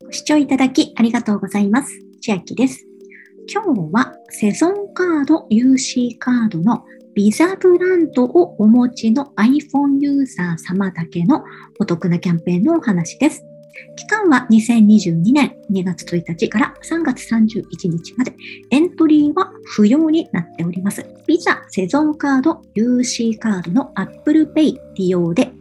ご視聴いただきありがとうございます。千秋です。今日はセゾンカード UC カードのビザブランドをお持ちの iPhone ユーザー様だけのお得なキャンペーンのお話です。期間は2022年2月1日から3月31日まで、エントリーは不要になっております。ビザセゾンカード UC カードの Apple Pay 利用で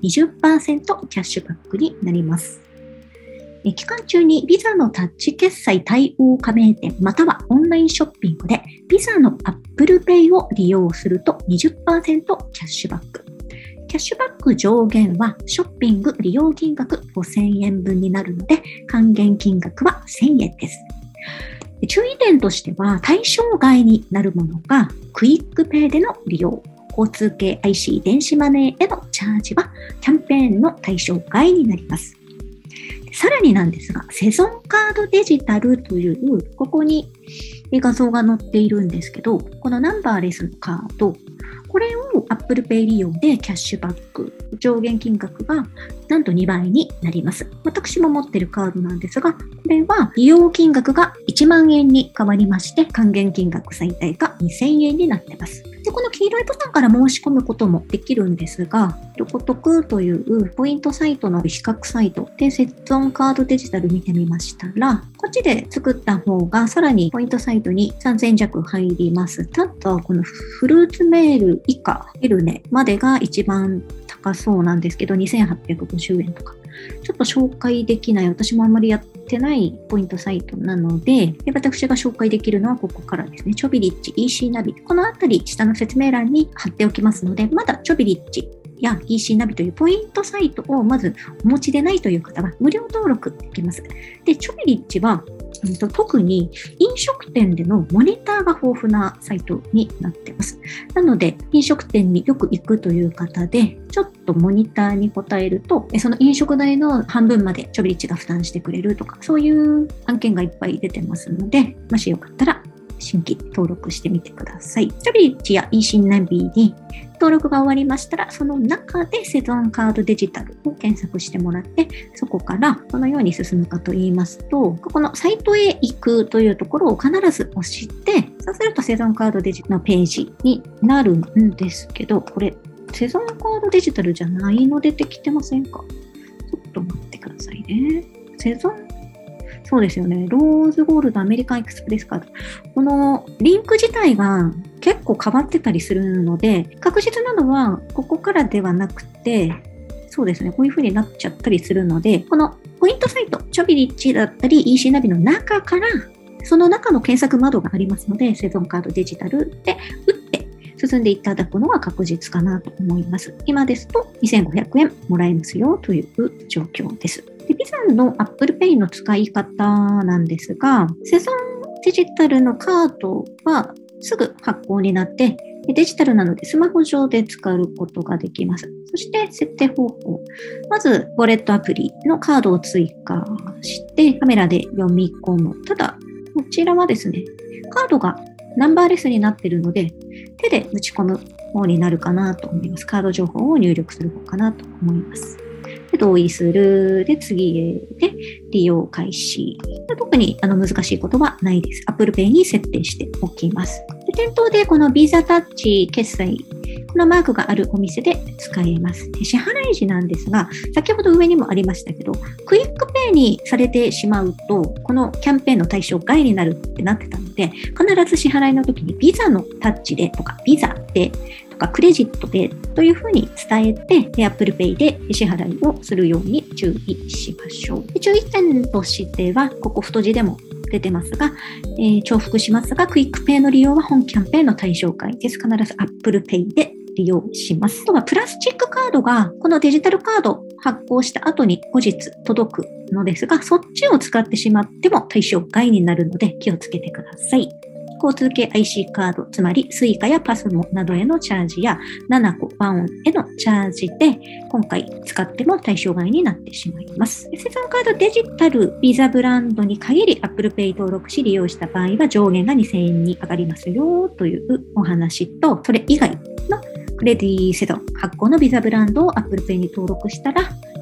20% キャッシュバックになります。期間中にビザのタッチ決済対応加盟店またはオンラインショッピングでビザの Apple Pay を利用すると 20% キャッシュバック。キャッシュバック上限はショッピング利用金額5000円分になるので還元金額は1000円です。注意点としては対象外になるものがクイックペイでの利用、交通系 IC 電子マネーへのチャージはキャンペーンの対象外になります。さらになんですが、セゾンカードデジタルというここに画像が載っているんですけど、このナンバーレスのカード、これを Apple Pay 利用でキャッシュバック上限金額がなんと2倍になります。私も持っているカードなんですが、これは利用金額が1万円に変わりまして還元金額最大が2000円になっています。で、この黄色いボタンから申し込むこともできるんですが、ロコトクというポイントサイトの比較サイトでセゾンカードデジタル見てみましたら、こっちで作った方がさらにポイントサイトに3000弱入ります。ただこのフルーツメール以下エルネまでが一番高そうなんですけど、2850円とか。ちょっと紹介できない、私もあんまりやってないポイントサイトなので、私が紹介できるのはここからですね。チョビリッチ EC ナビ。このあたり下の説明欄に貼っておきますので、まだチョビリッチや EC ナビというポイントサイトをまずお持ちでないという方は無料登録できます。で、チョビリッチは特に飲食店でのモニターが豊富なサイトになっています。なので、飲食店によく行くという方で、ちょっとモニターに答えると、その飲食代の半分までチョビリッチが負担してくれるとか、そういう案件がいっぱい出てますので、もしよかったら新規登録してみてください。チョビリッチや EC ナビに登録が終わりましたら、その中でセゾンカードデジタルを検索してもらって、そこからどのように進むかと言いますと、ここのサイトへ行くというところを必ず押して、そうするとセゾンカードデジタルのページになるんですけど、これ、セゾンカードデジタルじゃないの出てきてませんか？ちょっと待ってくださいね。そうですよね。ローズゴールドアメリカンエクスプレスカード。このリンク自体が結構変わってたりするので、確実なのはここからではなくて、そうですね。こういう風になっちゃったりするので、このポイントサイト、チョビリッチだったり EC ナビの中から、その中の検索窓がありますので、セゾンカードデジタルで打って進んでいただくのが確実かなと思います。今ですと2500円もらえますよという状況です。で、ビザの Apple Pay の使い方なんですが、セゾンデジタルのカードはすぐ発行になって、デジタルなのでスマホ上で使うことができます。そして設定方法。まず、ウォレットアプリのカードを追加してカメラで読み込む。ただ、こちらはですね、カードがナンバーレスになっているので、手で打ち込む方になるかなと思います。カード情報を入力する方かなと思います。で、同意する。で、次へで利用開始。特に難しいことはないです。Apple Pay に設定しておきます。で、店頭でこの Visa タッチ決済、このマークがあるお店で使えます。で、支払い時なんですが、先ほど上にもありましたけど、クイックペイにされてしまうと、このキャンペーンの対象外になるってなってたので、必ず支払いの時に Visa のタッチでとか、Visa でクレジットでというふうに伝えて Apple Pay で支払いをするように注意しましょう。で、注意点としては、ここ太字でも出てますが、重複しますが、クイックペイの利用は本キャンペーンの対象外です。必ず Apple Pay で利用します。あとはプラスチックカードがこのデジタルカード発行した後に後日届くのですが、そっちを使ってしまっても対象外になるので気をつけてください。交通系 IC カード、つまり Suica や PASMO などへのチャージや7個ワンオンへのチャージで今回使っても対象外になってしまいます。セゾンカードデジタルビザブランドに限り Apple Pay 登録し利用した場合は上限が2000円に上がりますよというお話と、それ以外のクレディセゾン発行のビザブランドを Apple Pay に登録したら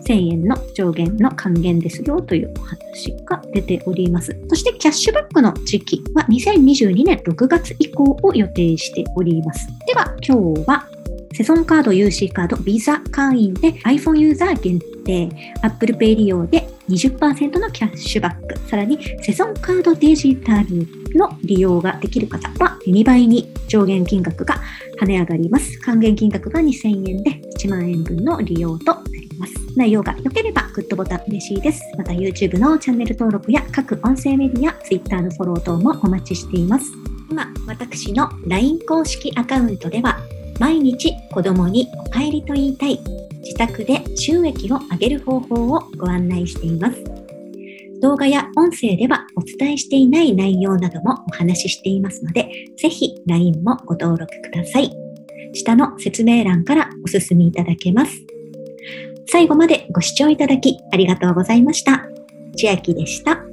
1000円の上限の還元ですよというお話が出ております。そしてキャッシュバックの時期は2022年6月以降を予定しております。では今日はセゾンカード UC カードビザ会員で iPhone ユーザー限定 Apple Pay 利用で 20% のキャッシュバック、さらにセゾンカードデジタルの利用ができる方は2倍に上限金額が跳ね上がります。還元金額が2000円で1万円分の利用となります。内容が良ければグッドボタン嬉しいです。また YouTube のチャンネル登録や各音声メディア、Twitter のフォロー等もお待ちしています。今、私の LINE 公式アカウントでは毎日子供にお帰りと言いたい、自宅で収益を上げる方法をご案内しています。動画や音声ではお伝えしていない内容などもお話ししていますので、ぜひ LINE もご登録ください。下の説明欄からお進みいただけます。最後までご視聴いただきありがとうございました。千秋でした。